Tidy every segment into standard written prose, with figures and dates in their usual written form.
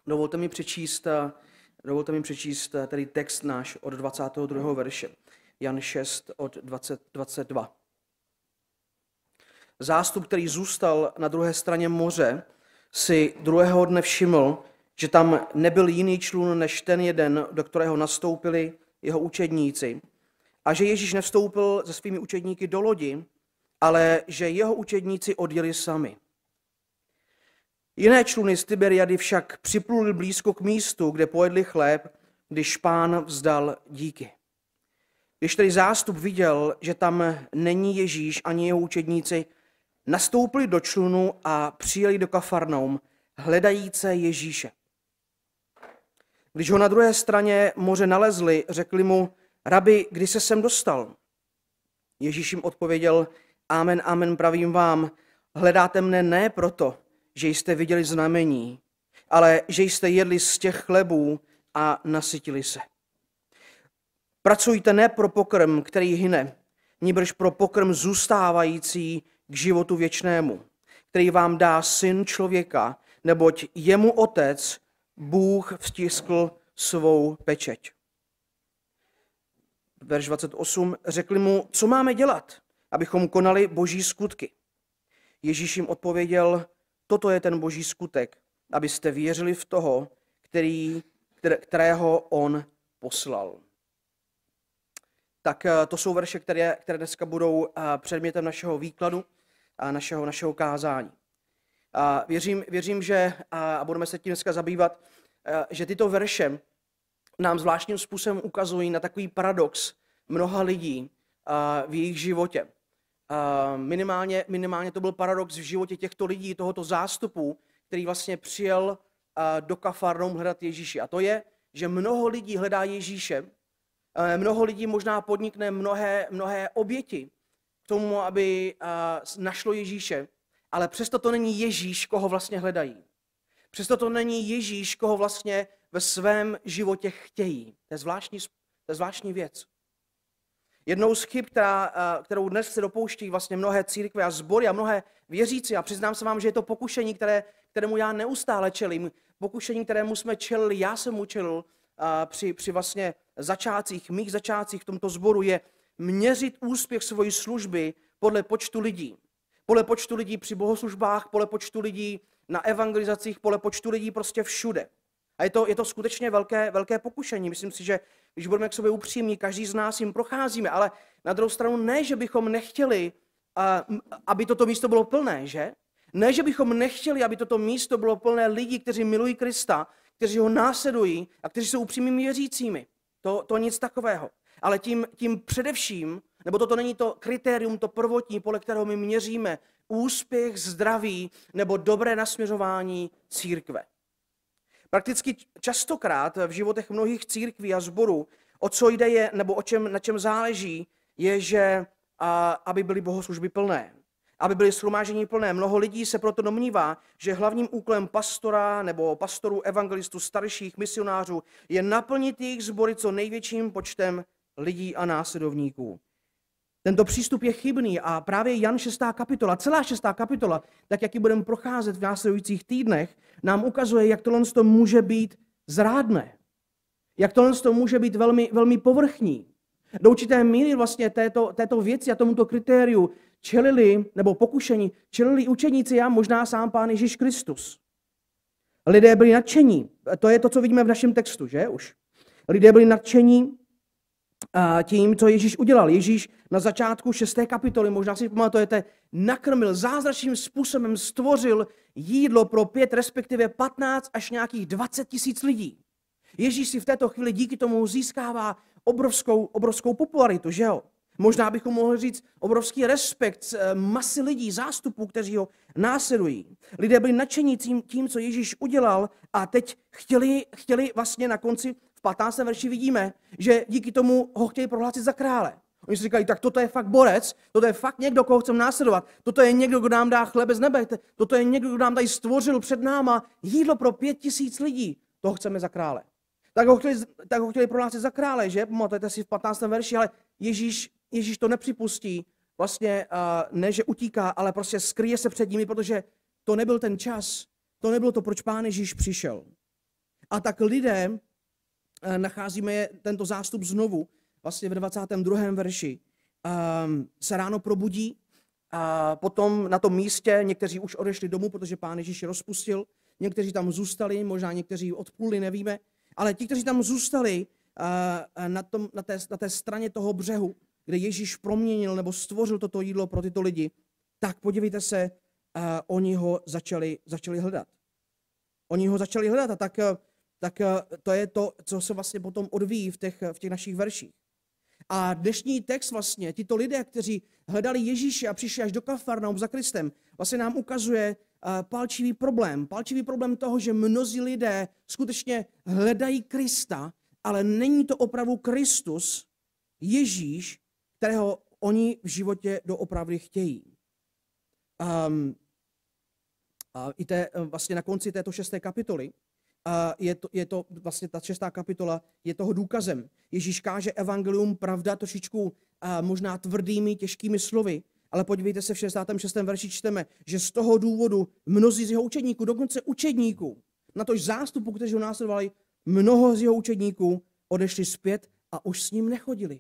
Dovolte mi přečíst tady text náš od 22. verše. Jan 6 od 22. Zástup, který zůstal na druhé straně moře, si druhého dne všiml, že tam nebyl jiný člun než ten jeden, do kterého nastoupili jeho učedníci, a že Ježíš nevstoupil se svými učedníky do lodi, ale že jeho učedníci odjeli sami. Jiné čluny z Tiberiady však připluli blízko k místu, kde pojedli chléb, když Pán vzdal díky. Když tedy zástup viděl, že tam není Ježíš ani jeho učedníci, nastoupili do člunu a přijeli do Kafarnaum, hledajíce Ježíše. Když ho na druhé straně moře nalezli, řekli mu: Rabi, kdy se sem dostal? Ježíš jim odpověděl: Amen, amen, pravím vám, hledáte mne ne proto, že jste viděli znamení, ale že jste jedli z těch chlebů a nasytili se. Pracujte ne pro pokrm, který hyne, nýbrž pro pokrm zůstávající k životu věčnému, který vám dá Syn člověka, neboť jemu Otec, Bůh, vtiskl svou pečeť. Verš 28. Řekli mu: Co máme dělat, abychom konali boží skutky? Ježíš jim odpověděl: Toto je ten boží skutek, abyste věřili v toho, kterého on poslal. Tak to jsou verše, které dneska budou předmětem našeho výkladu a našeho kázání. Věřím, že, a budeme se tím dneska zabývat, že tyto verše nám zvláštním způsobem ukazují na takový paradox mnoha lidí v jejich životě. Minimálně to byl paradox v životě těchto lidí, tohoto zástupu, který vlastně přijel do Kafarnaum hledat Ježíše. A to je, že mnoho lidí hledá Ježíše, mnoho lidí možná podnikne mnohé oběti k tomu, aby našlo Ježíše, ale přesto to není Ježíš, koho vlastně hledají. Přesto to není Ježíš, koho vlastně ve svém životě chtějí. To je zvláštní věc. Jednou z chyb, kterou dnes se dopouští vlastně mnohé církve a sbory a mnohé věřící, a přiznám se vám, že je to pokušení, kterému já neustále čelím, pokušení, kterému jsme čelili, já jsem mu čelil při vlastně mých začátcích v tomto sboru, je měřit úspěch svojí služby podle počtu lidí. Podle počtu lidí při bohoslužbách, podle počtu lidí na evangelizacích, podle počtu lidí prostě všude. A je to skutečně velké pokušení. Myslím si, že když budeme k sobě upřímní, každý z nás jim procházíme, ale na druhou stranu ne, že bychom nechtěli, aby toto místo bylo plné, že? Ne, že bychom nechtěli, aby toto místo bylo plné lidí, kteří milují Krista, kteří ho následují a kteří jsou upřímnými věřícími. To nic takového. Ale tím především, nebo toto není to kritérium, to prvotní, podle kterého my měříme úspěch, zdraví nebo dobré nasměřování církve. Prakticky častokrát v životech mnohých církví a sborů, o co jde nebo na čem záleží, je, že aby byly bohoslužby plné, aby byly shromáždění plné. Mnoho lidí se proto domnívá, že hlavním úkolem pastora nebo pastorů, evangelistů, starších, misionářů je naplnit jejich sbory co největším počtem lidí a následovníků. Tento přístup je chybný a právě Jan 6. kapitola, celá 6. kapitola, tak jak ji budeme procházet v následujících týdnech, nám ukazuje, jak tohle může být zrádné. Jak tohle může být velmi, velmi povrchní. Do určité míry vlastně této věci a tomuto kritériu čelili, nebo pokušení, čelili učeníci a možná sám Pán Ježíš Kristus. Lidé byli nadšení. To je to, co vidíme v našem textu, že už? Lidé byli nadšení tím, co Ježíš udělal. Ježíš na začátku 6. kapitoly, možná si pamatujete, nakrmil, zázračným způsobem stvořil jídlo pro 5, respektive 15 až nějakých 20 000 lidí. Ježíš si v této chvíli díky tomu získává obrovskou popularitu, že jo? Možná bychom mohli říct obrovský respekt masy lidí, zástupů, kteří ho následují. Lidé byli nadšení tím, co Ježíš udělal a teď chtěli vlastně na konci v 15. verši vidíme, že díky tomu ho chtěli prohlásit za krále. Oni si říkají, tak toto je fakt borec, toto je fakt někdo, koho chceme následovat, toto je někdo, kdo nám dá chlebe z nebe, toto je někdo, kdo nám tady stvořil před náma jídlo pro 5 000 lidí, toho chceme za krále. Tak ho chtěli prohlásit za krále, že? Pamatujete si v 15. verši, ale Ježíš to nepřipustí, vlastně ne, že utíká, ale prostě skryje se před nimi, protože to nebyl ten čas, to nebylo to, proč Pán Ježíš přišel. A tak lidé, nacházíme tento zástup znovu, vlastně v 22. verši, se ráno probudí a potom na tom místě někteří už odešli domů, protože Pán Ježíš je rozpustil, někteří tam zůstali, možná někteří odpluli, nevíme, ale ti, kteří tam zůstali na té straně toho břehu, kde Ježíš proměnil nebo stvořil toto jídlo pro tyto lidi, tak podívejte se, oni ho začali hledat. Oni ho začali hledat a tak to je to, co se vlastně potom odvíjí v těch našich verších. A dnešní text vlastně, tito lidé, kteří hledali Ježíše a přišli až do Kafarnaum za Kristem, vlastně nám ukazuje palčivý problém toho, že mnozí lidé skutečně hledají Krista, ale není to opravdu Kristus, Ježíš, kterého oni v životě doopravdy chtějí. Vlastně na konci této 6. kapitoly, je to vlastně ta 6. kapitola je toho důkazem. Ježíš káže evangelium, pravda, trošičku možná tvrdými, těžkými slovy, ale podívejte se, v 66. verši čteme, že z toho důvodu mnozí z jeho učedníků, dokonce učedníků, natož zástupu, kteří ho následovali, mnoho z jeho učedníků odešli zpět a už s ním nechodili.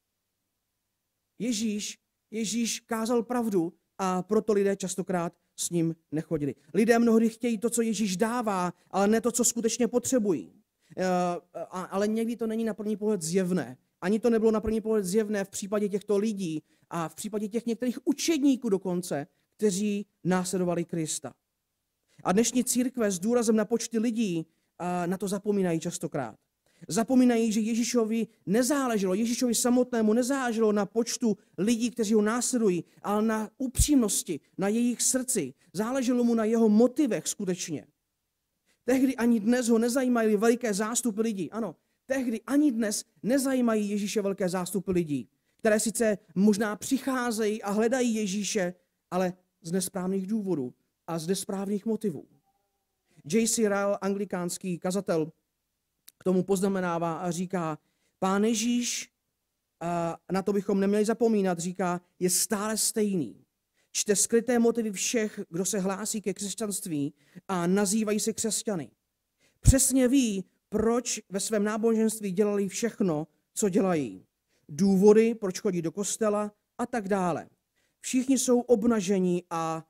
Ježíš kázal pravdu a proto lidé častokrát s ním nechodili. Lidé mnohdy chtějí to, co Ježíš dává, ale ne to, co skutečně potřebují. Ale někdy to není na první pohled zjevné. Ani to nebylo na první pohled zjevné v případě těchto lidí a v případě těch některých učedníků dokonce, kteří následovali Krista. A dnešní církve s důrazem na počty lidí na to zapomínají častokrát. Zapomínají, že Ježíšovi samotnému nezáleželo na počtu lidí, kteří ho následují, ale na upřímnosti, na jejich srdci. Záleželo mu na jeho motivech skutečně. Tehdy ani dnes ho nezajímají velké zástupy lidí. Ano, tehdy ani dnes nezajímají Ježíše velké zástupy lidí, které sice možná přicházejí a hledají Ježíše, ale z nesprávných důvodů a z nesprávných motivů. J.C. Ryle, anglikánský kazatel, k tomu poznamenává a říká, Pán Ježíš, na to bychom neměli zapomínat, říká, je stále stejný. Čte skryté motivy všech, kdo se hlásí ke křesťanství a nazývají se křesťany. Přesně ví, proč ve svém náboženství dělali všechno, co dělají. Důvody, proč chodí do kostela a tak dále. Všichni jsou obnažení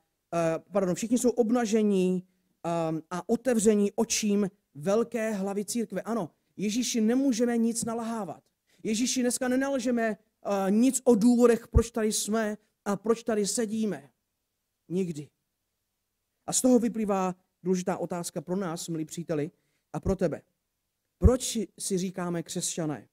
a otevření očím velké hlavy církve. Ano, Ježíši nemůžeme nic nalahávat. Ježíši dneska nenalžeme nic o důvodech, proč tady jsme a proč tady sedíme. Nikdy. A z toho vyplývá důležitá otázka pro nás, milí příteli, a pro tebe. Proč si říkáme křesťané?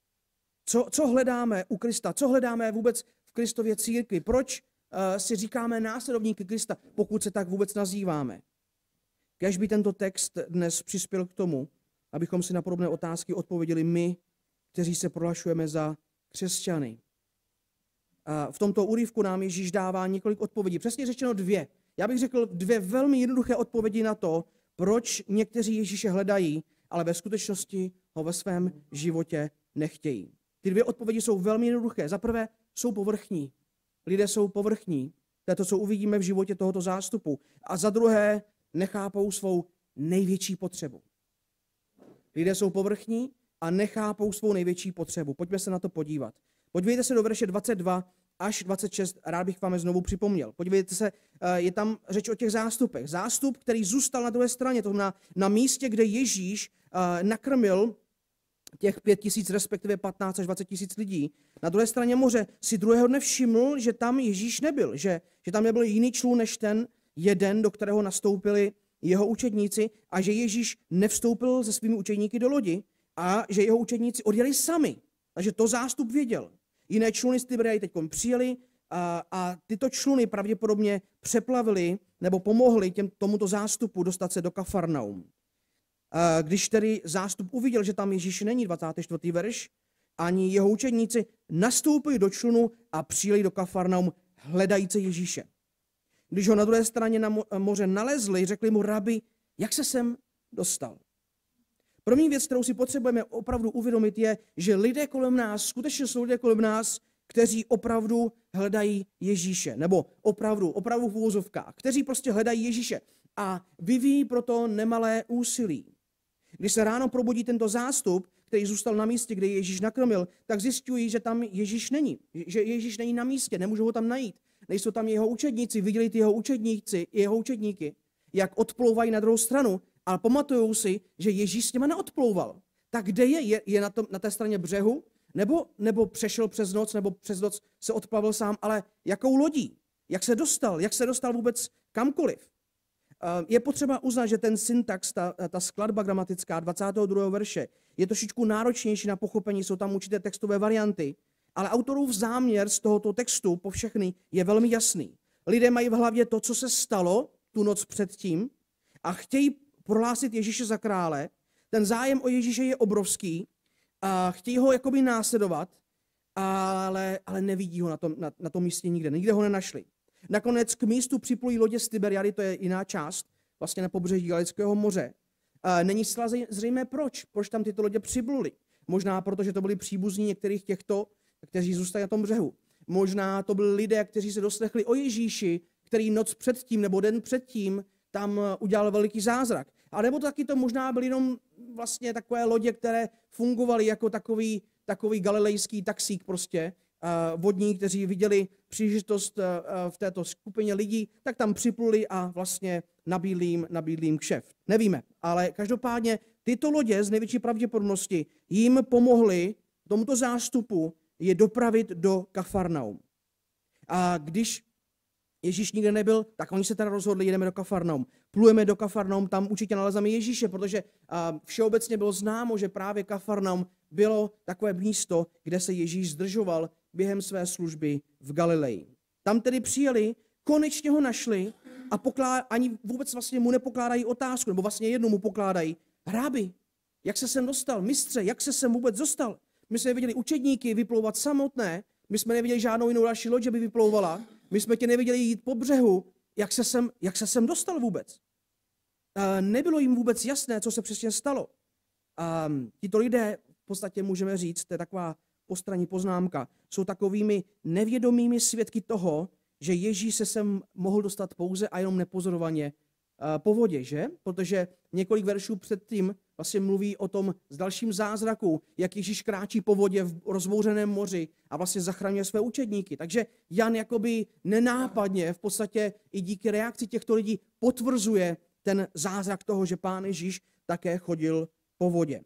Co hledáme u Krista? Co hledáme vůbec v Kristově církvi? Proč si říkáme následovníky Krista, pokud se tak vůbec nazýváme? Kéž by tento text dnes přispěl k tomu, abychom si na podobné otázky odpověděli my, kteří se prohlašujeme za křesťany. A v tomto úryvku nám Ježíš dává několik odpovědí, přesně řečeno 2. Já bych řekl 2 velmi jednoduché odpovědi na to, proč někteří Ježíše hledají, ale ve skutečnosti ho ve svém životě nechtějí. Ty 2 odpovědi jsou velmi jednoduché. Za prvé, jsou povrchní. Lidé jsou povrchní. To je to, co uvidíme v životě tohoto zástupu. A za druhé, nechápou svou největší potřebu. Lidé jsou povrchní a nechápou svou největší potřebu. Pojďme se na to podívat. Podívejte se do verše 22 až 26, rád bych vám je znovu připomněl. Podívejte se, je tam řeč o těch zástupech. Zástup, který zůstal na druhé straně, to znamená na místě, kde Ježíš nakrmil těch 5 000, respektive 15 až 20 000 lidí. Na druhé straně moře si druhého dne všiml, že tam Ježíš nebyl, že tam nebyl jiný člun než ten jeden, do kterého nastoupili jeho učedníci a že Ježíš nevstoupil se svými učedníky do lodi a že jeho učedníci odjeli sami. Takže to zástup věděl. Jiné čluny z Tiberiady teď přijeli a tyto čluny pravděpodobně přeplavili nebo pomohli tomuto zástupu dostat se do Kafarnaum. Když tedy zástup uviděl, že tam Ježíš není, 24. verš, ani jeho učedníci nastoupili do člunu a přijeli do Kafarnaum hledající Ježíše. Když ho na druhé straně na moře nalezli, řekli mu, rabi, jak se sem dostal? První věc, kterou si potřebujeme opravdu uvědomit, je, že lidé kolem nás, skutečně jsou lidé kolem nás, kteří opravdu hledají Ježíše, nebo opravdu v uvozovkách, kteří prostě hledají Ježíše a vyvíjí proto nemalé úsilí. Když se ráno probudí tento zástup, který zůstal na místě, kde Ježíš nakrmil, tak zjišťují, že tam Ježíš není. Že Ježíš není na místě, nemůžou ho tam najít. Nejsou tam jeho učedníci, viděli ty jeho učedníky, jak odplouvají na druhou stranu, ale pamatujou si, že Ježíš s těma neodplouval. Tak kde je? Je na té straně břehu? Nebo přešel přes noc, nebo přes noc se odplavil sám, ale jakou lodí? Jak se dostal? Jak se dostal vůbec kamkoliv? Je potřeba uznat, že ten syntax, ta skladba gramatická 22. verše je trošičku náročnější na pochopení, jsou tam určité textové varianty, ale autorův záměr z tohoto textu po všechny je velmi jasný. Lidé mají v hlavě to, co se stalo tu noc předtím a chtějí prohlásit Ježíše za krále. Ten zájem o Ježíše je obrovský a chtějí ho jakoby následovat, ale nevidí ho na tom místě nikde ho nenašli. Nakonec k místu připlují lodě z Tiberiady, to je jiná část, vlastně na pobřeží Galileckého moře. Není zcela zřejmé proč tam tyto lodě připluli. Možná proto, že to byli příbuzní některých těchto, kteří zůstali na tom břehu. Možná to byli lidé, kteří se doslechli o Ježíši, který noc předtím nebo den předtím tam udělal veliký zázrak. A nebo taky to možná byly jenom vlastně takové lodě, které fungovaly jako takový galilejský taxík prostě, vodní, kteří viděli příležitost v této skupině lidí, tak tam připluli a vlastně nabídli jim kšeft. Nevíme, ale každopádně tyto lodě z největší pravděpodobnosti jim pomohly tomuto zástupu je dopravit do Kafarnaum. A když Ježíš nikde nebyl, tak oni se teda rozhodli, jedeme do Kafarnaum. Plujeme do Kafarnaum, tam určitě nalezáme Ježíše, protože všeobecně bylo známo, že právě Kafarnaum bylo takové místo, kde se Ježíš zdržoval během své služby v Galileji. Tam tedy přijeli, konečně ho našli a ani vůbec vlastně mu nepokládají otázku, nebo vlastně jednou mu pokládají. Rábi, jak se sem dostal? Mistře, jak se sem vůbec dostal? My jsme neviděli učedníky vyplouvat samotné, my jsme neviděli žádnou jinou další loď, že by vyplouvala, my jsme tě neviděli jít po břehu, jak se sem dostal vůbec? Nebylo jim vůbec jasné, co se přesně stalo. Tito lidé, v podstatě můžeme říct, to je taková postranní poznámka, jsou takovými nevědomými svědky toho, že Ježíš se sem mohl dostat pouze a jenom nepozorovaně po vodě, že? Protože několik veršů předtím vlastně mluví o tom s dalším zázraku, jak Ježíš kráčí po vodě v rozbouřeném moři a vlastně zachraňuje své učedníky. Takže Jan jakoby nenápadně v podstatě i díky reakci těchto lidí potvrzuje ten zázrak toho, že Pán Ježíš také chodil po vodě.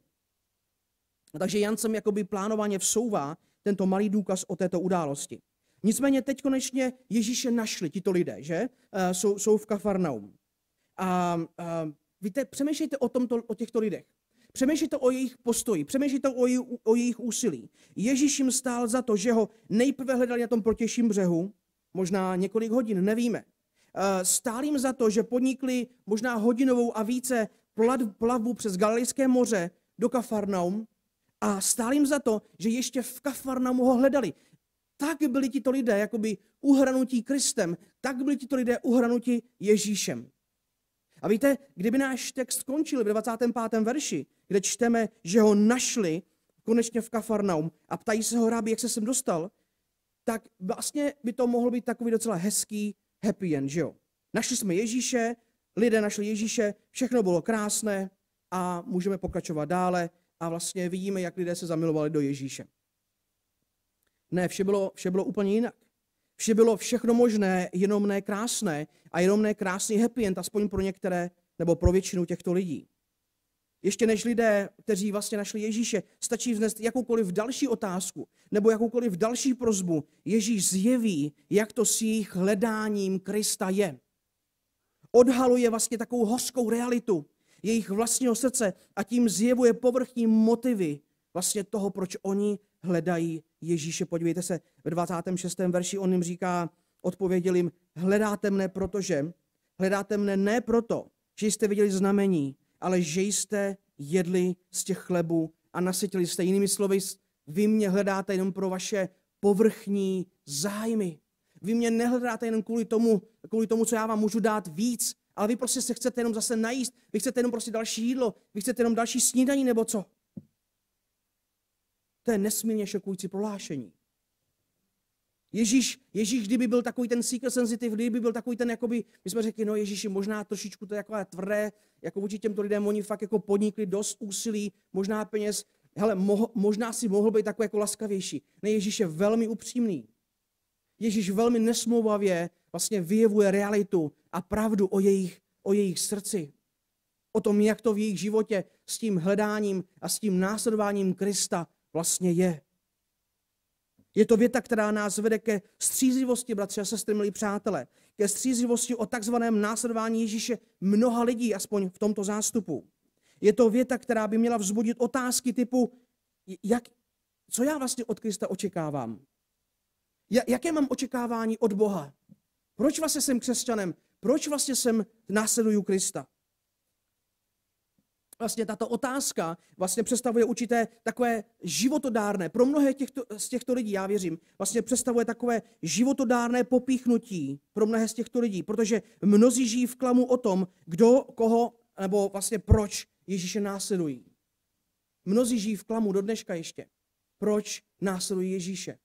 Takže Jan sem jakoby plánovaně vsouvá tento malý důkaz o této události. Nicméně teď konečně Ježíše našli tito lidé, že? Jsou v Kafarnaum. Víte, přemýšlejte o těchto lidech. Přemýšlejte o jejich postoji, přemýšlejte o jejich úsilí. Ježíš jim stál za to, že ho nejprve hledali na tom protějším břehu, možná několik hodin, nevíme. Stál jim za to, že podnikli možná hodinovou a více plavbu přes Galilejské moře do Kafarnaum a stál jim za to, že ještě v Kafarnaumu ho hledali. Tak byli tito lidé jakoby uhranutí Kristem, tak byli tito lidé uhranutí Ježíšem. A víte, kdyby náš text skončil v 25. verši, kde čteme, že ho našli konečně v Kafarnaum a ptají se ho, Rábi, jak se sem dostal, tak vlastně by to mohlo být takový docela hezký happy end, že jo? Našli jsme Ježíše, lidé našli Ježíše, všechno bylo krásné a můžeme pokračovat dále a vlastně vidíme, jak lidé se zamilovali do Ježíše. Ne, vše bylo úplně jinak. Vše bylo všechno možné, jenom ne krásné a jenom ne krásný happy end, aspoň pro některé nebo pro většinu těchto lidí. Ještě než lidé, kteří vlastně našli Ježíše, stačí vznést jakoukoliv další otázku nebo jakoukoliv další prosbu. Ježíš zjeví, jak to s jejich hledáním Krista je. Odhaluje vlastně takovou hořkou realitu jejich vlastního srdce a tím zjevuje povrchní motivy vlastně toho, proč oni hledají Ježíše. Podívejte se, ve 26. verši on jim říká, odpověděl jim, hledáte mne ne proto, že jste viděli znamení, ale že jste jedli z těch chlebů a nasytili jste. Jinými slovy, vy mě hledáte jenom pro vaše povrchní zájmy. Vy mě nehledáte jenom kvůli tomu, co já vám můžu dát víc, ale vy prostě se chcete jenom zase najíst, vy chcete jenom prostě další jídlo, vy chcete jenom další snídaní nebo co. To je nesmírně šokující prohlášení. Ježíš, kdyby byl takový ten seeker sensitive, kdyby byl takový ten, jakoby, my jsme řekli, no Ježíši, možná trošičku to je takové tvrdé, jako vůči těmto lidem oni fakt jako podnikli dost úsilí, možná peněz, hele, možná si mohl být takový jako laskavější. Ne, Ježíš je velmi upřímný. Ježíš velmi nesmlouvavě vlastně vyjevuje realitu a pravdu o jejich srdci. O tom, jak to v jejich životě s tím hledáním a s tím následováním Krista vlastně je. Je to věta, která nás vede ke střízlivosti, bratři a sestry, milí přátelé, ke střízlivosti o takzvaném následování Ježíše mnoha lidí, aspoň v tomto zástupu. Je to věta, která by měla vzbudit otázky typu, co já vlastně od Krista očekávám? Jaké mám očekávání od Boha? Proč vlastně jsem křesťanem? Proč vlastně jsem následuju Krista? Vlastně tato otázka vlastně představuje určité takové životodárné, pro mnohé z těchto lidí, já věřím, vlastně představuje takové životodárné popíchnutí pro mnohé z těchto lidí, protože mnozí žijí v klamu o tom, kdo, koho, nebo vlastně proč Ježíše následují. Mnozí žijí v klamu do dneška ještě. Proč následují Ježíše?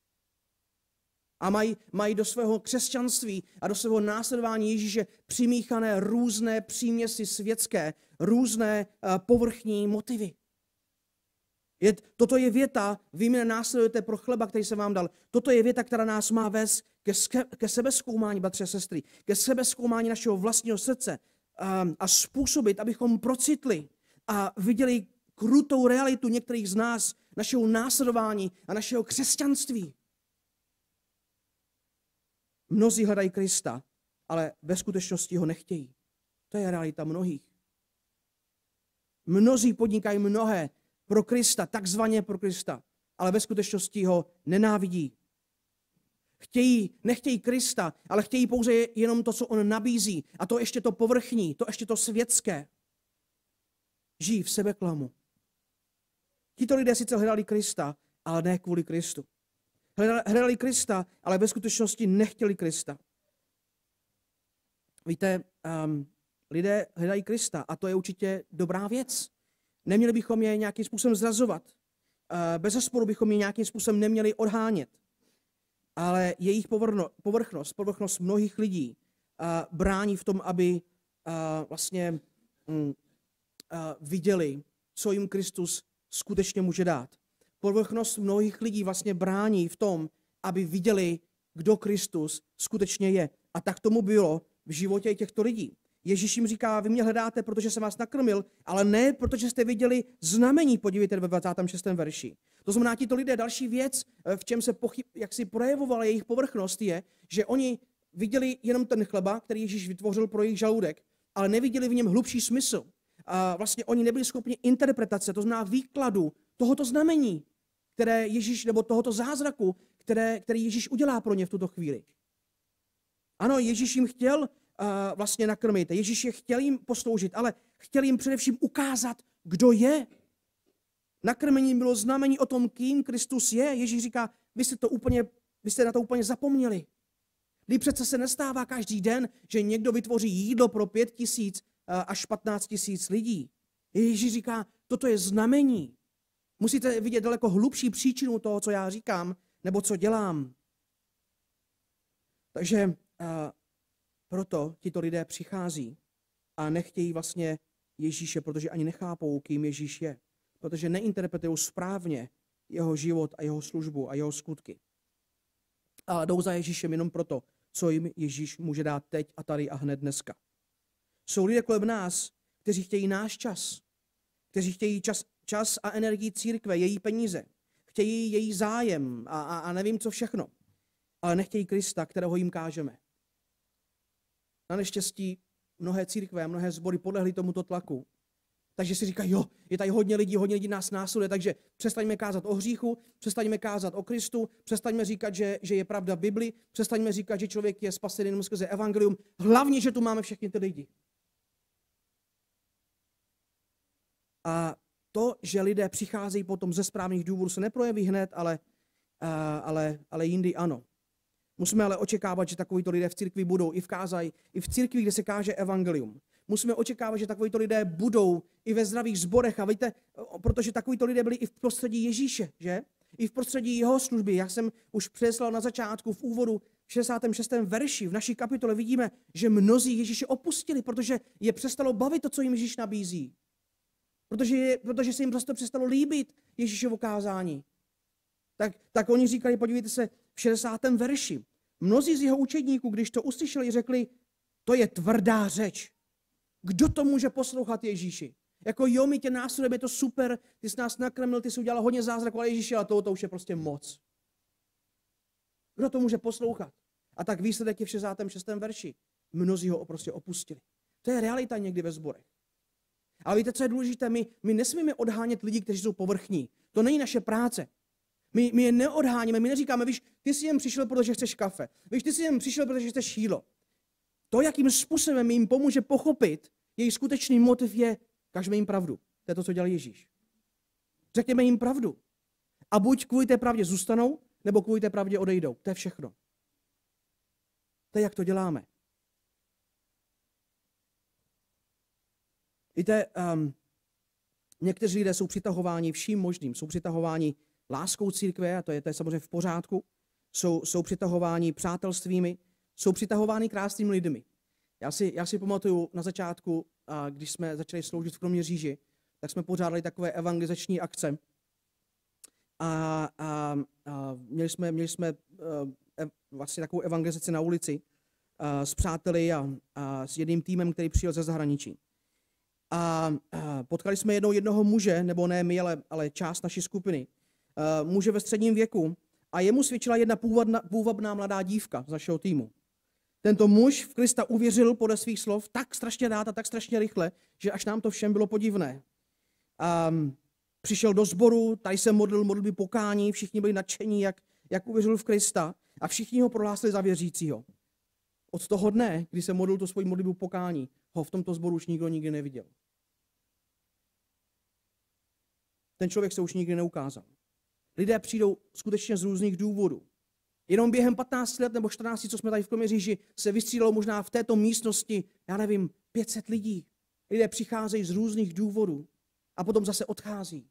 A mají do svého křesťanství a do svého následování Ježíše přimíchané různé příměsi světské, různé povrchní motivy. Toto je věta, vy mě následujete pro chleba, který jsem vám dal. Toto je věta, která nás má vést ke sebezkoumání, bratři a sestry, ke sebezkoumání našeho vlastního srdce a způsobit, abychom procitli a viděli krutou realitu některých z nás, našeho následování a našeho křesťanství. Mnozí hledají Krista, ale ve skutečnosti ho nechtějí. To je realita mnohých. Mnozí podnikají mnohé pro Krista, takzvaně pro Krista, ale ve skutečnosti ho nenávidí. Nechtějí Krista, ale chtějí pouze jenom to, co on nabízí. A to ještě to povrchní, to ještě to světské. Žijí v sebeklamu. Tito lidé sice hledali Krista, ale ne kvůli Kristu. Hledali Krista, ale ve skutečnosti nechtěli Krista. Víte, lidé hledají Krista a to je určitě dobrá věc. Neměli bychom je nějakým způsobem zrazovat. Bezesporu bychom je nějakým způsobem neměli odhánět. Ale jejich povrchnost mnohých lidí brání v tom, aby vlastně viděli, co jim Kristus skutečně může dát. Povrchnost mnohých lidí vlastně brání v tom, aby viděli, kdo Kristus skutečně je. A tak tomu bylo v životě těchto lidí. Ježíš jim říká, vy mě hledáte, protože jsem vás nakrmil, ale ne, protože jste viděli znamení, podívejte ve 26. verši. To znamená, tito lidé, další věc, v čem se jak si projevovala jejich povrchnost, je, že oni viděli jenom ten chleba, který Ježíš vytvořil pro jejich žaludek, ale neviděli v něm hlubší smysl. A vlastně oni nebyli schopni interpretace, to znamená výkladu tohoto znamení, které Ježíš, nebo tohoto zázraku, který Ježíš udělá pro ně v tuto chvíli. Ano, Ježíš jim chtěl vlastně nakrmit, Ježíš je chtěl jim posloužit, ale chtěl jim především ukázat, kdo je. Nakrmení bylo znamení o tom, kým Kristus je. Ježíš říká, vy jste na to úplně zapomněli. Kdy přece se nestává každý den, že někdo vytvoří jídlo pro 5 000 až 15 000 lidí. Ježíš říká, toto je znamení. Musíte vidět daleko hlubší příčinu toho, co já říkám, nebo co dělám. Takže proto tito lidé přichází a nechtějí vlastně Ježíše, protože ani nechápou, kým Ježíš je. Protože neinterpretují správně jeho život a jeho službu a jeho skutky. Ale jdou za Ježíšem jenom proto, co jim Ježíš může dát teď a tady a hned dneska. Jsou lidé kolem nás, kteří chtějí náš čas, kteří chtějí čas a energii církve, její peníze, chtějí její zájem a nevím co všechno, ale nechtějí Krista, kterého jim kážeme. Na neštěstí mnohé církve a mnohé sbory podlehly tomuto tlaku. Takže si říkají, jo, je tady hodně lidí nás následuje, takže přestaňme kázat o hříchu, přestaňme kázat o Kristu, přestaňme říkat, že je pravda Bibli, přestaňme říkat, že člověk je spasen jenom skrze evangelium, hlavně, že tu máme všechny ty lidi. A to, že lidé přicházejí potom ze správných důvodů, se neprojeví hned, ale jindy ano. Musíme ale očekávat, že takovýto lidé v církvi budou i v církvi, kde se káže evangelium. Musíme očekávat, že takovýto lidé budou i ve zdravých sborech. A víte, protože takovýto lidé byli i v prostředí Ježíše, že? I v prostředí jeho služby. Jak jsem už předeslal na začátku, v úvodu, v 66. verši v naší kapitole vidíme, že mnozí Ježíše opustili, protože je přestalo bavit to, co jim Ježíš nabízí. Protože se jim prostě přestalo líbit Ježíšovo kázání. Tak oni říkali, podívejte se, v 60. verši. Mnozí z jeho učedníků, když to uslyšeli, řekli, to je tvrdá řeč. Kdo to může poslouchat Ježíši? Jako jo, my tě následujeme, je to super, ty jsi nás nakrmil, ty jsi udělal hodně zázraků, ale Ježíši, ale to už je prostě moc. Kdo to může poslouchat? A tak výsledek je v 66. verši. Mnozí ho prostě opustili. To je realita někdy ve sborech. Ale víte, co je důležité? My nesmíme odhánět lidi, kteří jsou povrchní. To není naše práce. My je neodháníme, my neříkáme, víš, ty jsi jen přišel, protože chceš kafe. Víš, ty jsi jen přišel, protože chceš jídlo. To, jakým způsobem jim pomůže pochopit, jejich skutečný motiv je, kažme jim pravdu. To je to, co dělal Ježíš. Řekněme jim pravdu. A buď kvůli té pravdě zůstanou, nebo kvůli té pravdě odejdou. To je všechno. To je, jak to děláme. Víte, někteří lidé jsou přitahováni vším možným. Jsou přitahováni láskou církve, a to je samozřejmě v pořádku. Jsou přitahováni přátelstvími, jsou přitahováni krásnými lidmi. Já si pamatuju na začátku, když jsme začali sloužit v Kroměříži, tak jsme pořádali takové evangelizační akce. A měli jsme vlastně takovou evangelizaci na ulici s přáteli a s jedním týmem, který přijel ze zahraničí. A potkali jsme jednoho muže, nebo ne my, ale část naší skupiny, muže ve středním věku, a jemu svědčila jedna půvabná mladá dívka z našeho týmu. Tento muž v Krista uvěřil podle svých slov tak strašně rád a tak strašně rychle, že až nám to všem bylo podivné. Přišel do sboru, tady se modlil pokání, všichni byli nadšení, jak uvěřil v Krista, a všichni ho prohlásili za věřícího. Od toho dne, kdy se modlil tu svoji modlitbu pokání, ho v tomto sboru už nikdo nikdy neviděl. Ten člověk se už nikdy neukázal. Lidé přijdou skutečně z různých důvodů. Jenom během 15 let nebo 14, co jsme tady v Kroměříži, se vystřídalo možná v této místnosti, 500 lidí. Lidé přicházejí z různých důvodů a potom zase odchází.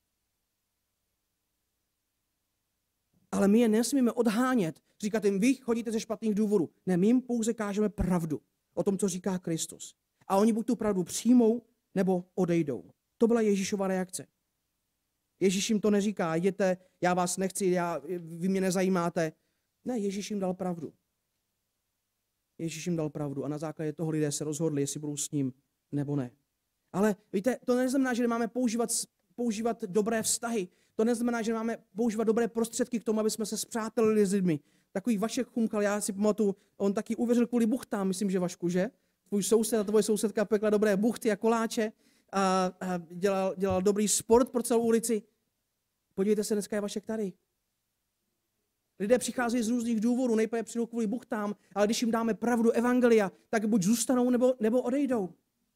Ale my je nesmíme odhánět, říkat jim, vy chodíte ze špatných důvodů. Ne, my jim pouze kážeme pravdu o tom, co říká Kristus. A oni buď tu pravdu přijmou, nebo odejdou. To byla Ježíšova reakce. Ježíš jim to neříká, jděte, já vás nechci, vy mě nezajímáte. Ne, Ježíš jim dal pravdu. Ježíš jim dal pravdu a na základě toho lidé se rozhodli, jestli budou s ním nebo ne. Ale víte, to neznamená, že nemáme používat dobré vztahy. To neznamená, že máme používat dobré prostředky k tomu, aby jsme se spřátelili s lidmi. Takový Vašek Chumkal, já si pamatuju, on taky uvěřil kvůli buchtám, myslím, že Vašku, že? Tvůj soused a tvoje sousedka pekla dobré buchty a koláče a dělal dobrý sport pro celou ulici. Podívejte se, dneska je Vašek tady. Lidé přicházejí z různých důvodů, nejprve přijdou kvůli buchtám, ale když jim dáme pravdu evangelia, tak buď zůstanou, nebo odejdou.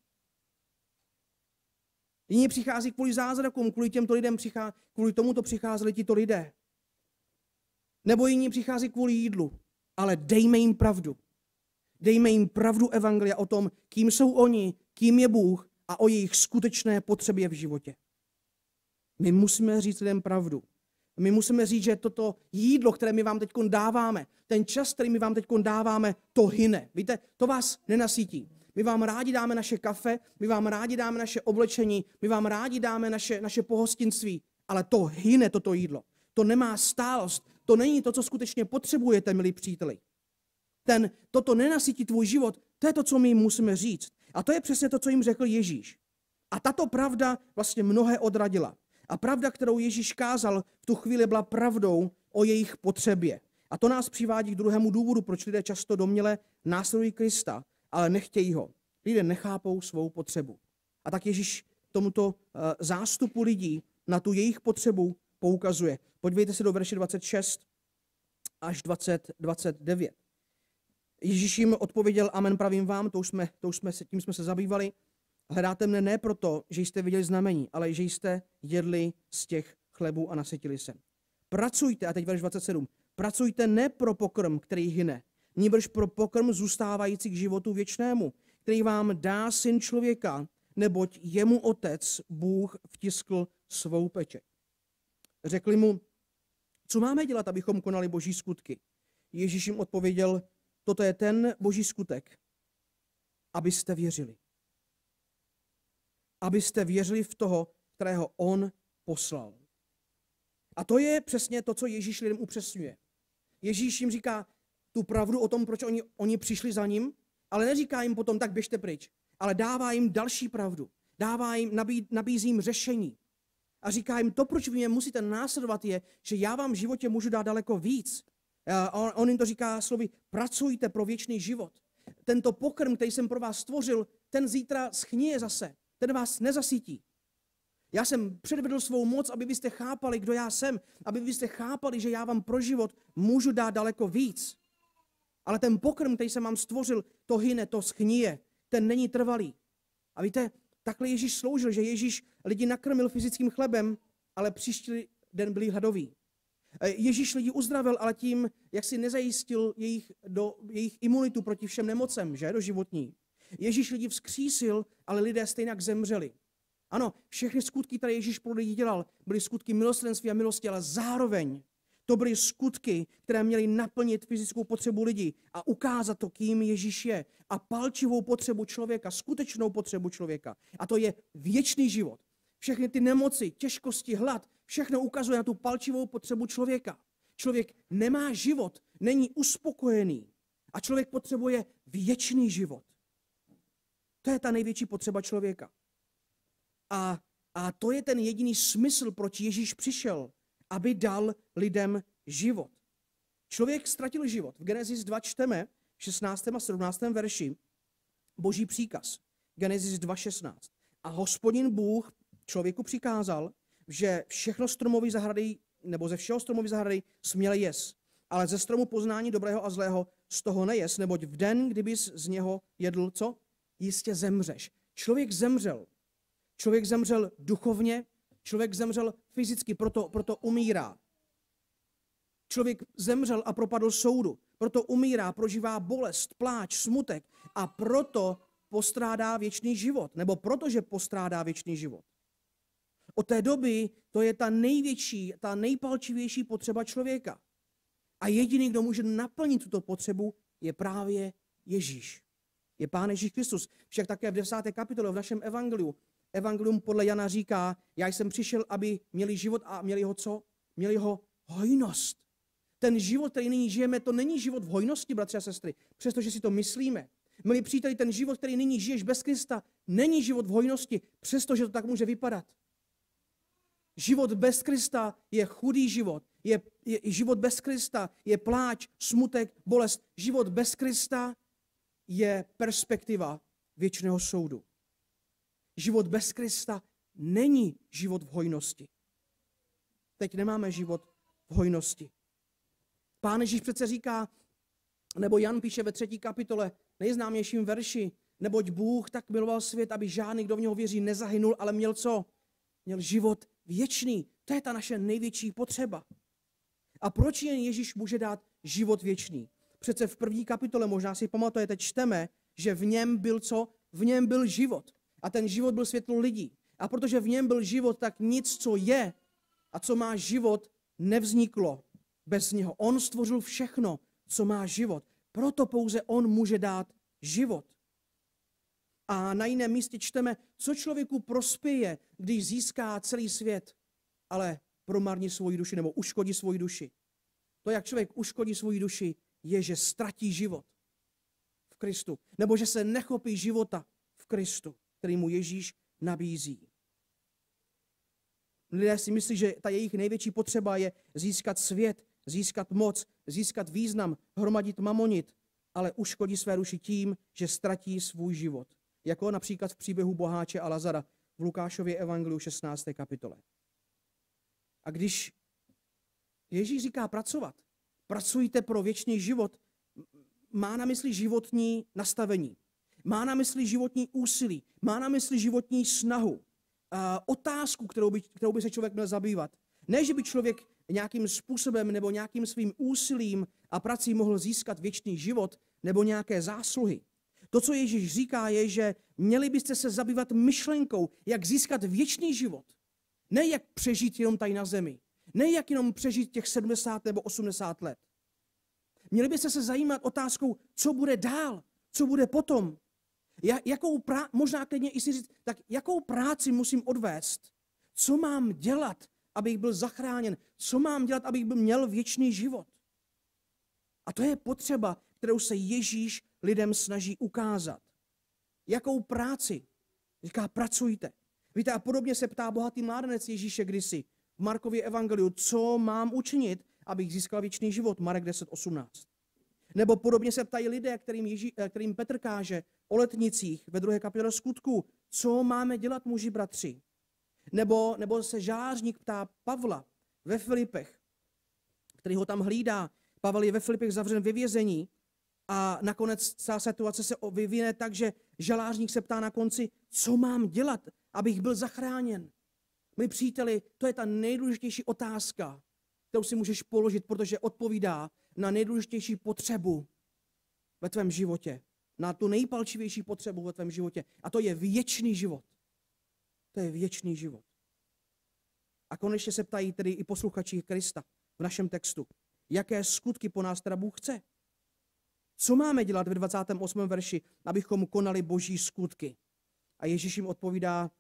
Jiní přichází kvůli zázrakům, kvůli tomuto přicházeli tito lidé. Nebo jiní přichází kvůli jídlu, ale dejme jim pravdu. Dejme jim pravdu evangelia o tom, kým jsou oni, kým je Bůh a o jejich skutečné potřebě v životě. My musíme říct lidem pravdu. My musíme říct, že toto jídlo, které my vám teď dáváme, ten čas, který my vám teď dáváme, to hyne. Víte, to vás nenasytí. My vám rádi dáme naše kafe, my vám rádi dáme naše oblečení, my vám rádi dáme naše pohostinství, ale to hyne, toto jídlo. To nemá stálost, to není to, co skutečně potřebujete, milí příteli. Toto nenasytí tvůj život, to je to, co my jim musíme říct. A to je přesně to, co jim řekl Ježíš. A tato pravda vlastně mnohé odradila. A pravda, kterou Ježíš kázal, v tu chvíli byla pravdou o jejich potřebě. A to nás přivádí k druhému důvodu, proč lidé často domněle následují Krista, ale nechtějí ho. Lidé nechápou svou potřebu. A tak Ježíš tomuto zástupu lidí na tu jejich potřebu poukazuje. Podívejte se do verše 26 až 29. Ježíš jim odpověděl, amen pravím vám, tím jsme se zabývali. Hledáte mne ne proto, že jste viděli znamení, ale že jste jedli z těch chlebů a nasytili se. Pracujte, a teď verš 27, pracujte ne pro pokrm, který hyne, nýbrž pro pokrm zůstávající k životu věčnému, který vám dá Syn člověka, neboť jemu Otec, Bůh, vtiskl svou pečeť. Řekli mu, co máme dělat, abychom konali boží skutky? Ježíš jim odpověděl, toto je ten boží skutek, abyste věřili. Abyste věřili v toho, kterého on poslal. A to je přesně to, co Ježíš lidem upřesňuje. Ježíš jim říká tu pravdu o tom, proč oni přišli za ním, ale neříká jim potom, tak běžte pryč, ale dává jim další pravdu. Nabízí jim řešení. A říká jim, to, proč vy mě musíte následovat, je, že já vám v životě můžu dát daleko víc. A on jim to říká slovy, pracujte pro věčný život. Tento pokrm, který jsem pro vás stvořil, ten zítra schnije zase. Ten vás nezasytí. Já jsem předvedl svou moc, aby byste chápali, kdo já jsem. Aby byste chápali, že já vám pro život můžu dát daleko víc. Ale ten pokrm, který jsem vám stvořil, to hyne, to schnije. Ten není trvalý. A víte, takhle Ježíš sloužil, že Ježíš lidi nakrmil fyzickým chlebem, ale příští den byli hladoví. Ježíš lidi uzdravil, ale tím, jak si nezajistil jejich imunitu proti všem nemocem, že, doživotní. Ježíš lidi vzkřísil, ale lidé stejně zemřeli. Ano, všechny skutky, které Ježíš pro lidi dělal, byly skutky milosrdenství a milosti, ale zároveň to byly skutky, které měly naplnit fyzickou potřebu lidí a ukázat to, kým Ježíš je. A palčivou potřebu člověka, skutečnou potřebu člověka. A to je věčný život. Všechny ty nemoci, těžkosti, hlad, všechno ukazuje na tu palčivou potřebu člověka. Člověk nemá život, není uspokojený. A člověk potřebuje věčný život. To je ta největší potřeba člověka. A to je ten jediný smysl, proč Ježíš přišel, aby dal lidem život. Člověk ztratil život. V Genesis 2 čteme v 16. a 17. verši boží příkaz. Genesis 2.16. A Hospodin Bůh člověku přikázal, že všechno stromový zahrady, nebo ze všeho stromový zahrady směl jes, ale ze stromu poznání dobrého a zlého z toho nejes, neboť v den, kdybys z něho jedl, co? Jistě zemřeš. Člověk zemřel. Člověk zemřel duchovně, člověk zemřel fyzicky, proto umírá. Člověk zemřel a propadl soudu, proto umírá, prožívá bolest, pláč, smutek a proto postrádá věčný život, nebo protože postrádá věčný život. Od té doby to je ta největší, ta nejpalčivější potřeba člověka. A jediný, kdo může naplnit tuto potřebu, je právě Ježíš. Je Pán Ježíš Kristus. Však také v 10. kapitole v našem evangeliu, evangelium podle Jana říká, já jsem přišel, aby měli život a měli ho co? Měli ho hojnost. Ten život, který nyní žijeme, to není život v hojnosti, bratři a sestry, přestože si to myslíme. Milí příteli, ten život, který nyní žiješ bez Krista, není život v hojnosti, přestože to tak může vypadat. Život bez Krista je chudý život. Život bez Krista je pláč, smutek, bolest. Život bez Krista je perspektiva věčného soudu. Život bez Krista není život v hojnosti. Teď nemáme život v hojnosti. Pán Ježíš přece říká, nebo Jan píše ve 3. kapitole, nejznámějším verši, neboť Bůh tak miloval svět, aby žádný, kdo v něho věří, nezahynul, ale měl co? Měl život věčný. To je ta naše největší potřeba. A proč jen Ježíš může dát život věčný? Přece v 1. kapitole, možná si pamatujete, čteme, že v něm byl co? V něm byl život. A ten život byl světlo lidí. A protože v něm byl život, tak nic, co je a co má život, nevzniklo bez něho. On stvořil všechno, co má život. Proto pouze on může dát život. A na jiném místě čteme, co člověku prospěje, když získá celý svět, ale promarní svoji duši nebo uškodí svoji duši. To, jak člověk uškodí svoji duši, je, že ztratí život v Kristu. Nebo že se nechopí života v Kristu, který mu Ježíš nabízí. Lidé si myslí, že ta jejich největší potřeba je získat svět, získat moc, získat význam, hromadit mamonit, ale uškodí své duši tím, že ztratí svůj život. Jako například v příběhu boháče a Lazara v Lukášově evangeliu 16. kapitole. A když Ježíš říká pracovat, pracujte pro věčný život, má na mysli životní nastavení, má na mysli životní úsilí, má na mysli životní snahu, otázku, kterou by se člověk měl zabývat. Ne, že by člověk nějakým způsobem nebo nějakým svým úsilím a prací mohl získat věčný život nebo nějaké zásluhy. To, co Ježíš říká, je, že měli byste se zabývat myšlenkou, jak získat věčný život. Ne jak přežít jenom tady na zemi. Ne jak jenom přežít těch 70 nebo 80 let. Měli byste se zajímat otázkou, co bude dál, co bude potom. Možná klidně i si říct, tak jakou práci musím odvést? Co mám dělat, abych byl zachráněn? Co mám dělat, abych měl věčný život? A to je potřeba, kterou se Ježíš lidem snaží ukázat. Jakou práci? Říká, pracujte. Víte, a podobně se ptá bohatý mládenec Ježíše kdysi v Markově evangeliu, co mám učinit, abych získal věčný život, Marek 10:18. Nebo podobně se ptají lidé, kterým Petr káže o letnicích ve 2. kapitole Skutků, co máme dělat, muži bratři. Nebo se žalářník ptá Pavla ve Filipech, který ho tam hlídá. Pavel je ve Filipech zavřen ve vězení a nakonec celá situace se vyvine tak, že žalářník se ptá na konci, co mám dělat, abych byl zachráněn. Mí příteli, to je ta nejdůležitější otázka, kterou si můžeš položit, protože odpovídá na nejdůležitější potřebu ve tvém životě. Na tu nejpalčivější potřebu ve tvém životě. A to je věčný život. To je věčný život. A konečně se ptají tedy i posluchači Krista v našem textu. Jaké skutky po nás teda Bůh chce? Co máme dělat ve 28. verši, abychom konali boží skutky? A Ježíš jim odpovídá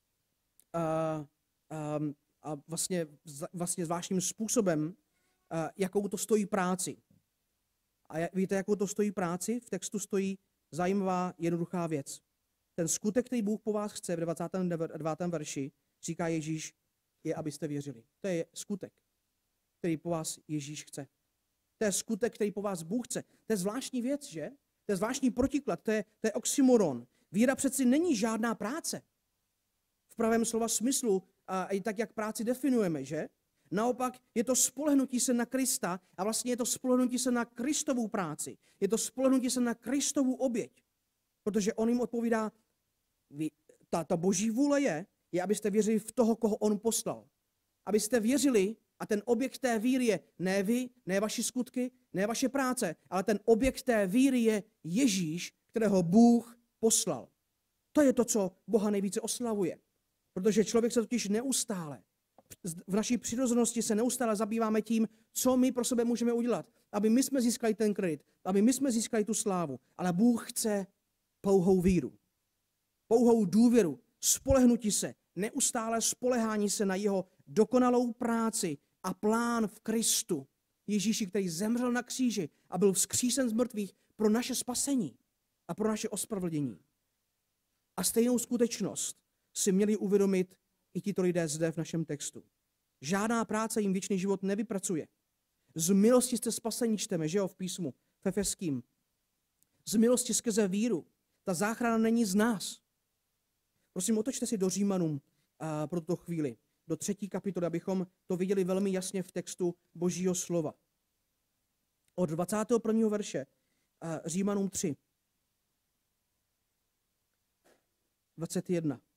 a vlastně zvláštním způsobem, jakou to stojí práci. A víte, jakou to stojí práci? V textu stojí zajímavá, jednoduchá věc. Ten skutek, který Bůh po vás chce v 29. verši, říká Ježíš, je, abyste věřili. To je skutek, který po vás Ježíš chce. To je skutek, který po vás Bůh chce. To je zvláštní věc, že? To je zvláštní protiklad, to je oxymoron. Víra přeci není žádná práce. V pravém slova smyslu, a i tak, jak práci definujeme, že? Naopak je to spolehnutí se na Krista a vlastně je to spolehnutí se na Kristovu práci. Je to spolehnutí se na Kristovu oběť. Protože on jim odpovídá, ta boží vůle je, abyste věřili v toho, koho on poslal. Abyste věřili, a ten objekt té víry je ne vy, ne vaši skutky, ne vaše práce, ale ten objekt té víry je Ježíš, kterého Bůh poslal. To je to, co Boha nejvíce oslavuje. Protože člověk se totiž neustále, v naší přirozenosti se neustále zabýváme tím, co my pro sebe můžeme udělat, aby my jsme získali ten kredit, aby my jsme získali tu slávu. Ale Bůh chce pouhou víru, pouhou důvěru, spolehnutí se, neustále spolehání se na jeho dokonalou práci a plán v Kristu. Ježíši, který zemřel na kříži a byl vzkříšen z mrtvých pro naše spasení a pro naše ospravedlnění. A stejnou skutečnost si měli uvědomit i tito lidé zde v našem textu. Žádná práce jim věčný život nevypracuje. Z milosti jste spasení, čteme, že jo, v písmu, v Efeským. Z milosti skrze víru. Ta záchrana není z nás. Prosím, otočte si do Římanům pro tuto chvíli, do 3. kapitoly, abychom to viděli velmi jasně v textu Božího slova. Od 21. verše Římanům 3. 21.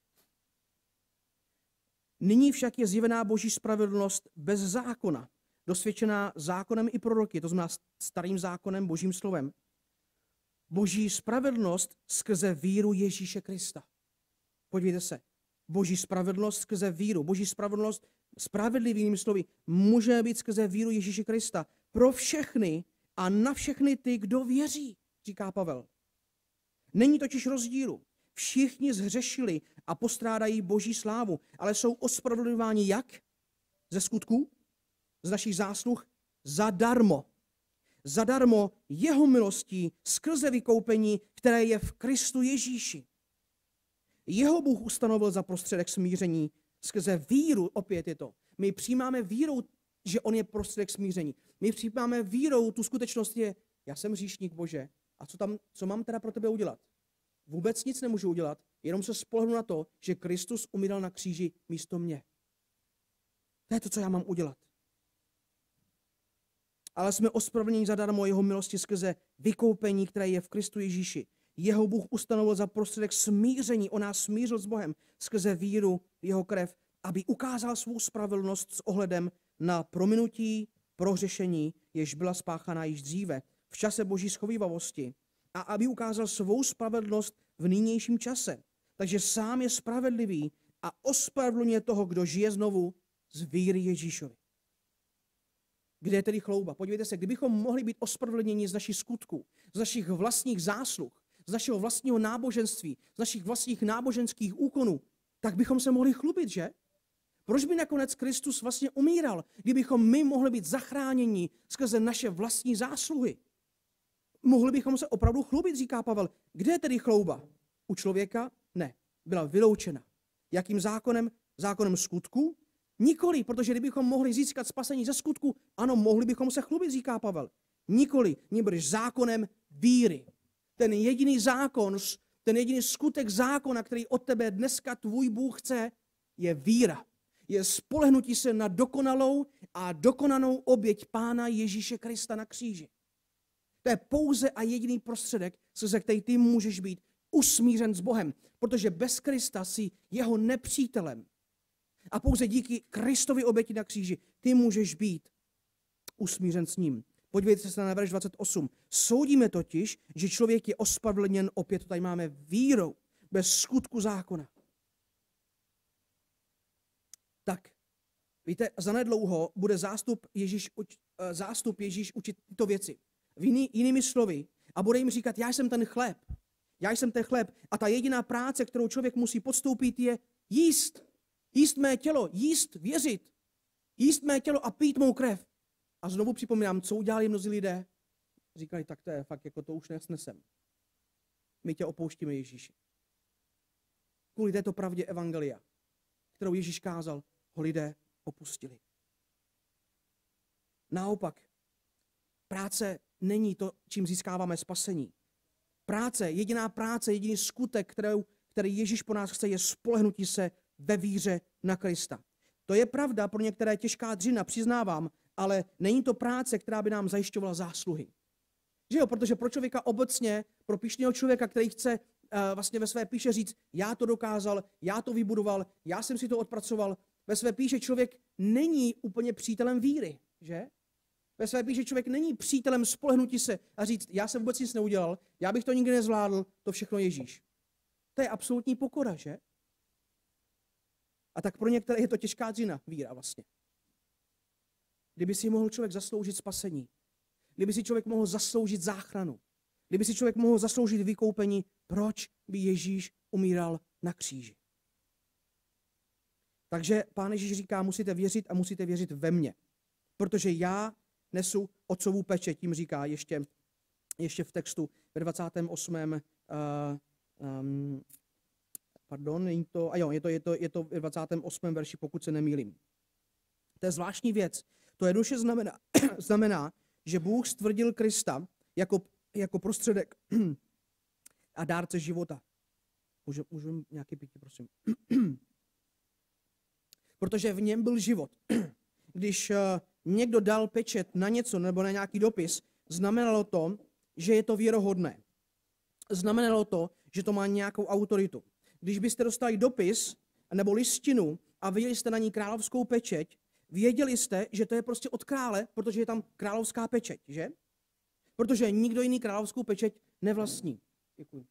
Nyní však je zjevená Boží spravedlnost bez zákona, dosvědčená zákonem i proroky, to znamená starým zákonem, Božím slovem. Boží spravedlnost skrze víru Ježíše Krista. Podívejte se, Boží spravedlnost skrze víru, Boží spravedlnost spravedlivými slovy může být skrze víru Ježíše Krista pro všechny a na všechny ty, kdo věří, říká Pavel. Není totiž rozdílu. Všichni zhřešili a postrádají Boží slávu, ale jsou ospravedlňováni jak? Ze skutků? Z našich zásluh? Zadarmo. Zadarmo jeho milostí skrze vykoupení, které je v Kristu Ježíši. Jeho Bůh ustanovil za prostředek smíření skrze víru, opět je to. My přijímáme vírou, že on je prostředek smíření. My přijímáme vírou tu skutečnost je, já jsem hříšník, Bože, a co mám teda pro tebe udělat? Vůbec nic nemůžu udělat, jenom se spolehnu na to, že Kristus umíral na kříži místo mě. To je to, co já mám udělat. Ale jsme ospravedlněni zadarmo jeho milosti skrze vykoupení, které je v Kristu Ježíši. Jeho Bůh ustanovil za prostředek smíření, on nás smířil s Bohem skrze víru v jeho krev, aby ukázal svou spravedlnost s ohledem na prominutí prohřešení, jež byla spáchaná již dříve, v čase Boží schovívavosti, a aby ukázal svou spravedlnost v nynějším čase. Takže sám je spravedlivý a ospravedlňuje toho, kdo žije znovu z víry Ježíšovi. Kde je tedy chlouba? Podívejte se, kdybychom mohli být ospravedlněni z našich skutků, z našich vlastních zásluh, z našeho vlastního náboženství, z našich vlastních náboženských úkonů, tak bychom se mohli chlubit, že? Proč by nakonec Kristus vlastně umíral, kdybychom my mohli být zachráněni skrze naše vlastní zásluhy? Mohli bychom se opravdu chlubit, říká Pavel. Kde je tedy chlouba? U člověka? Ne. Byla vyloučena. Jakým zákonem? Zákonem skutku? Nikoli, protože kdybychom mohli získat spasení ze skutku, ano, mohli bychom se chlubit, říká Pavel. Nikoli, nýbrž zákonem víry. Ten jediný zákon, ten jediný skutek zákona, který od tebe dneska tvůj Bůh chce, je víra. Je spolehnutí se na dokonalou a dokonanou oběť Pána Ježíše Krista na kříži. To je pouze a jediný prostředek, se který ty můžeš být usmířen s Bohem, protože bez Krista jsi jeho nepřítelem. A pouze díky Kristovi oběti na kříži ty můžeš být usmířen s ním. Podívejte se na verš 28. Soudíme totiž, že člověk je ospravedlněn, opět to tady máme, vírou, bez skutku zákona. Tak, víte, zanedlouho bude zástup Ježíš učit tyto věci. Jinými slovy, a bude jim říkat, já jsem ten chléb a ta jediná práce, kterou člověk musí podstoupit, je jíst. Jíst mé tělo, jíst, věřit. Jíst mé tělo a pít mou krev. A znovu připomínám, co udělali mnozí lidé. Říkali, tak to je fakt, jako to už nesnesem. My tě opouštíme, Ježíši. Kvůli této pravdě evangelia, kterou Ježíš kázal, ho lidé opustili. Naopak, práce není to, čím získáváme spasení. Jediná práce, jediný skutek, který Ježíš po nás chce, je spolehnutí se ve víře na Krista. To je pravda, pro některé těžká dřina, přiznávám, ale není to práce, která by nám zajišťovala zásluhy. Že jo, protože pro člověka obecně, pro pyšného člověka, který chce vlastně ve své píše říct, já to dokázal, já to vybudoval, já jsem si to odpracoval, ve své píše člověk není úplně přítelem víry, že? Ve své píše člověk není přítelem spolehnutí se a říct, já jsem vůbec nic neudělal, já bych to nikdy nezvládl, to všechno Ježíš. To je absolutní pokora, že? A tak pro některé je to těžká dřina, víra vlastně. Kdyby si mohl člověk zasloužit spasení, kdyby si člověk mohl zasloužit záchranu, kdyby si člověk mohl zasloužit vykoupení, proč by Ježíš umíral na kříži? Takže Pán Ježíš říká, musíte věřit a musíte věřit ve mně, protože já nesu otcovu pečeť, tím říká ještě v textu ve 28. Je to v 28. verši, pokud se nemýlím. To je zvláštní věc. To jednoduše znamená, že Bůh stvrdil Krista jako prostředek a dárce života. Můžu nějaký pití, prosím. Protože v něm byl život. Když někdo dal pečet na něco nebo na nějaký dopis, znamenalo to, že je to věrohodné. Znamenalo to, že to má nějakou autoritu. Když byste dostali dopis nebo listinu a viděli jste na ní královskou pečeť, věděli jste, že to je prostě od krále, protože je tam královská pečeť, že? Protože nikdo jiný královskou pečeť nevlastní. Děkuji.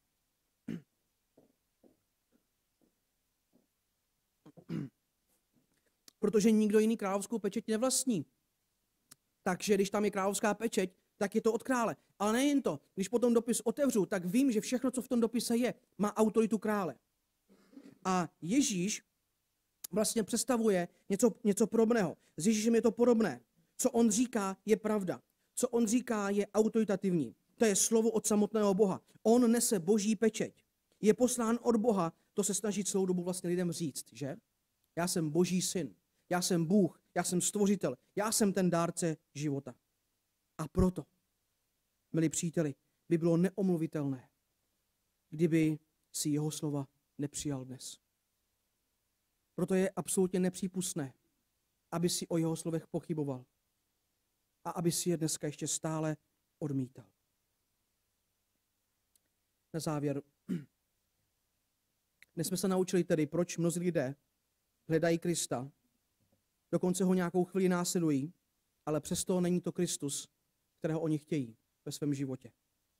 Protože nikdo jiný královskou pečeť nevlastní. Takže když tam je královská pečeť, tak je to od krále. Ale nejen to, když potom dopis otevřu, tak vím, že všechno, co v tom dopise je, má autoritu krále. A Ježíš vlastně představuje něco podobného. S Ježíšem je to podobné. Co on říká, je pravda. Co on říká, je autoritativní. To je slovo od samotného Boha. On nese boží pečeť. Je poslán od Boha, to se snaží celou dobu vlastně lidem říct, že? Já jsem boží syn. Já jsem Bůh. Já jsem stvořitel. Já jsem ten dárce života. A proto, milí příteli, by bylo neomluvitelné, kdyby si jeho slova nepřijal dnes. Proto je absolutně nepřípustné, aby si o jeho slovech pochyboval a aby si je dneska ještě stále odmítal. Na závěr, dnes jsme se naučili tedy, proč mnozí lidé hledají Krista, dokonce ho nějakou chvíli následují, ale přesto není to Kristus, kterého oni chtějí ve svém životě.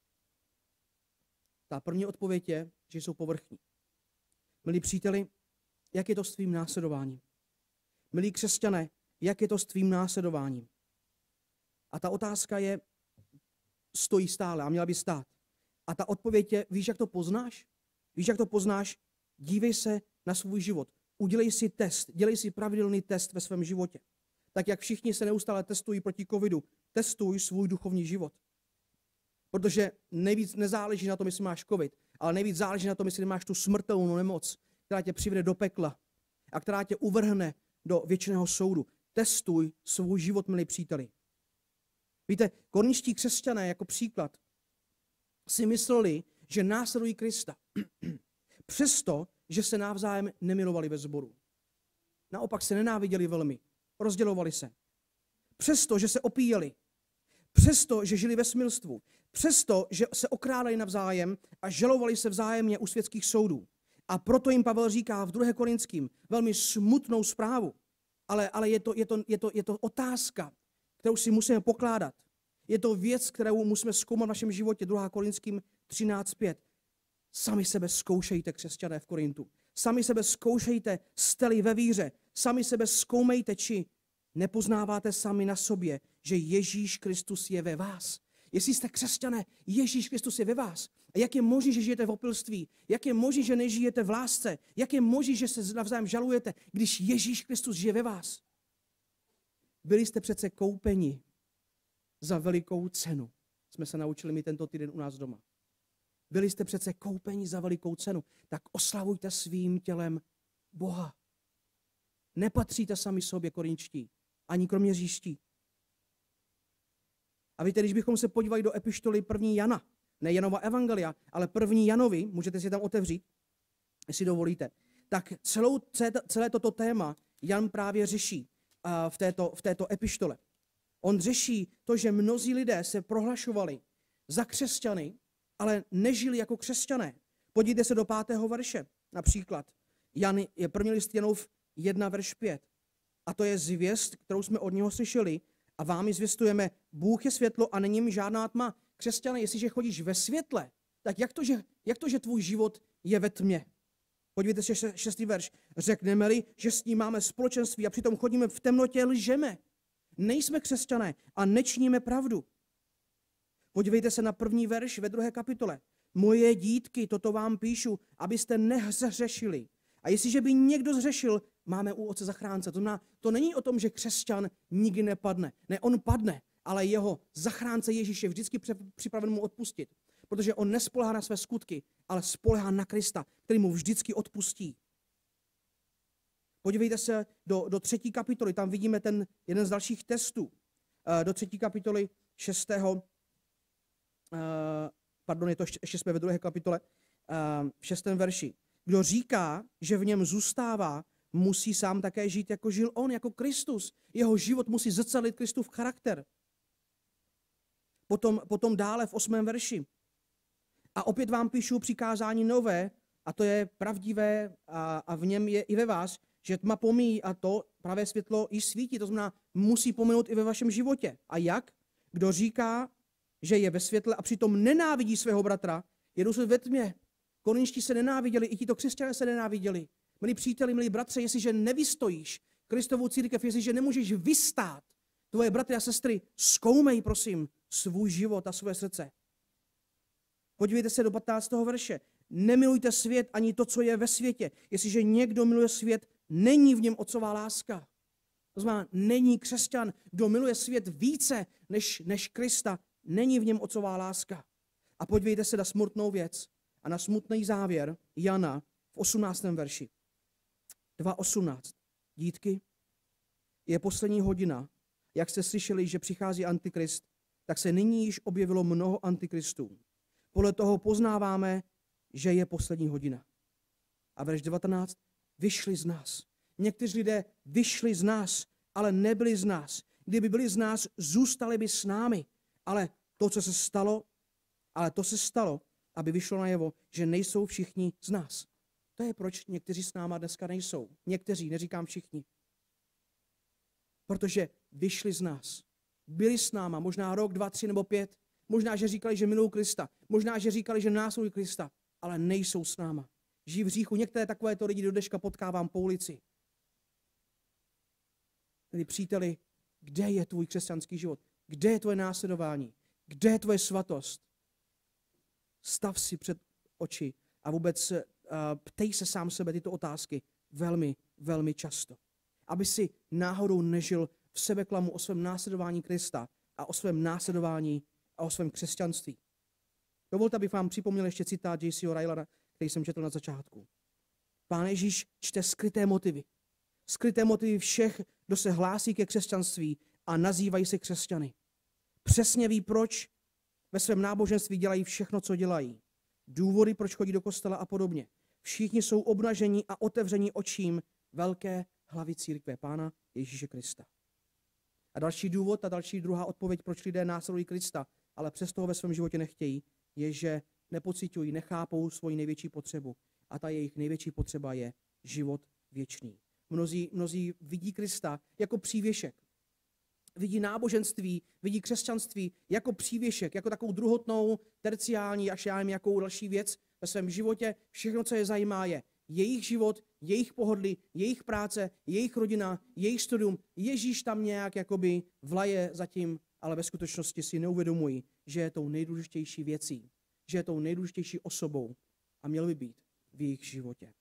Ta první odpověď je, že jsou povrchní. Milí příteli, jak je to s tvým následováním? Milí křesťané, jak je to s tvým následováním? A ta otázka je, stojí stále a měla by stát. A ta odpověď je, víš, jak to poznáš? Víš, jak to poznáš? Dívej se na svůj život. Udělej si test, dělej si pravidelný test ve svém životě. Tak jak všichni se neustále testují proti covidu, testuj svůj duchovní život. Protože nejvíc nezáleží na tom, jestli máš covid, ale nejvíc záleží na tom, jestli máš tu smrtelnou nemoc, která tě přivede do pekla a která tě uvrhne do věčného soudu. Testuj svůj život, milí příteli. Víte, korinští křesťané jako příklad si mysleli, že následují Krista. Přesto, že se navzájem nemilovali ve sboru. Naopak se nenáviděli velmi. Rozdělovali se. Přesto, že se opíjeli. Přesto, že žili ve smilstvu. Přesto, že se okrádali navzájem a žalovali se vzájemně u světských soudů. A proto jim Pavel říká v 2. Korinským velmi smutnou zprávu. Ale je to otázka, kterou si musíme pokládat. Je to věc, kterou musíme zkoumat v našem životě. 2. Korinským 13:5. Sami sebe zkoušejte, křesťané v Korintu. Sami sebe zkoušejte, jste-li ve víře. Sami sebe zkoumejte, či nepoznáváte sami na sobě, že Ježíš Kristus je ve vás. Jestli jste křesťané, Ježíš Kristus je ve vás. A jak je možné, že žijete v opilství? Jak je možné, že nežijete v lásce? Jak je možné, že se navzájem žalujete, když Ježíš Kristus žije ve vás? Byli jste přece koupeni za velikou cenu. Jsme se naučili mi tento týden u nás doma. Byli jste přece koupeni za velikou cenu, tak oslavujte svým tělem Boha. Nepatříte sami sobě, korinčtí, ani kroměříští. A víte, když bychom se podívali do epištoly 1. Jana, ne Janova evangelia, ale 1. Janovi, můžete si tam otevřít, jestli dovolíte, tak celé toto téma Jan právě řeší v této epištole. On řeší to, že mnozí lidé se prohlašovali za křesťany, ale nežili jako křesťané. Podívejte se do 5. verše. Například Jan je 1. list Janův 1, verš 5. A to je zvěst, kterou jsme od něho slyšeli a vám ji zvěstujeme. Bůh je světlo a není mi žádná tma. Křesťané, jestliže chodíš ve světle, tak jak to, že tvůj život je ve tmě? Podívejte se 6. verš. Řekneme-li, že s ním máme společenství a přitom chodíme v temnotě, lžeme. Nejsme křesťané a nečiníme pravdu. Podívejte se na 1. verš ve 2. kapitole. Moje dítky, toto vám píšu, abyste nezhřešili. A jestliže by někdo zhřešil, máme u Otce zachránce. To není o tom, že křesťan nikdy nepadne. Ne, on padne, ale jeho zachránce Ježíš je vždycky připraven mu odpustit. Protože on nespolehá na své skutky, ale spolehá na Krista, který mu vždycky odpustí. Podívejte se do 3. kapitoly, tam vidíme ten jeden z dalších testů. Do 3. kapitoly 6. Ještě jsme ve 2. kapitole, v 6. verši. Kdo říká, že v něm zůstává, musí sám také žít, jako žil on, jako Kristus. Jeho život musí zrcadlit Kristův charakter. Potom dále v 8. verši. A opět vám píšu přikázání nové, a to je pravdivé a v něm je i ve vás, že tma pomíjí a to pravé světlo i svítí. To znamená, musí pominout i ve vašem životě. A jak? Kdo říká, že je ve světle a přitom nenávidí svého bratra, je dosud ve tmě. Korinští se nenáviděli, i tito křesťané se nenáviděli. Milí příteli, milí bratře, jestliže nevystojíš Kristovou církev, jestliže nemůžeš vystát tvoje bratry a sestry, zkoumej, prosím, svůj život a své srdce. Podívejte se do 15. verše. Nemilujte svět ani to, co je ve světě. Jestliže někdo miluje svět, není v něm otcová láska. To znamená, není křesťan, kdo miluje svět více než Krista, není v něm otcová láska. A podívejte se na smutnou věc a na smutný závěr Jana v 18. verši. 2.18. Dítky, je poslední hodina. Jak jste slyšeli, že přichází Antikrist, tak se nyní již objevilo mnoho antikristů. Podle toho poznáváme, že je poslední hodina. A verš 19. Vyšli z nás. Někteří lidé vyšli z nás, ale nebyli z nás. Kdyby byli z nás, zůstali by s námi. Ale to se stalo, aby vyšlo najevo, že nejsou všichni z nás. To je, proč někteří s náma dneska nejsou. Někteří, neříkám všichni. Protože vyšli z nás. Byli s náma možná rok, 2, 3 nebo 5. Možná, že říkali, že milují Krista. Možná, že říkali, že následují Krista. Ale nejsou s náma. Žijí v hříchu. Některé takovéto lidi do dneška potkávám po ulici. Tedy příteli, kde je tvůj křesťanský život? Kde je tvoje následování? Kde je tvoje svatost? Stav si před oči a vůbec ptej se sám sebe tyto otázky velmi, velmi často. Aby si náhodou nežil v sebeklamu o svém následování Krista a o svém následování a o svém křesťanství. Dovolte, abych vám připomněl ještě citát J.C. Rylara, který jsem četl na začátku. Pán Ježíš čte skryté motivy. Skryté motivy všech, kdo se hlásí ke křesťanství a nazývají se křesťany. Přesně ví, proč ve svém náboženství dělají všechno, co dělají. Důvody, proč chodí do kostela a podobně. Všichni jsou obnažení a otevření očím velké hlavy církve Pána Ježíše Krista. A další důvod, druhá odpověď, proč lidé následují Krista, ale přesto ho ve svém životě nechtějí, je, že nepociťují, nechápou svoji největší potřebu. A ta jejich největší potřeba je život věčný. Mnozí vidí Krista jako přívěšek. Vidí náboženství, vidí křesťanství jako přívěšek, jako takovou druhotnou, terciální, až já nevím, jakou další věc ve svém životě. Všechno, co je zajímá, je jejich život, jejich pohodlí, jejich práce, jejich rodina, jejich studium. Ježíš tam nějak jakoby vlaje zatím, ale ve skutečnosti si neuvědomují, že je tou nejdůležitější věcí, že je tou nejdůležitější osobou a měl by být v jejich životě.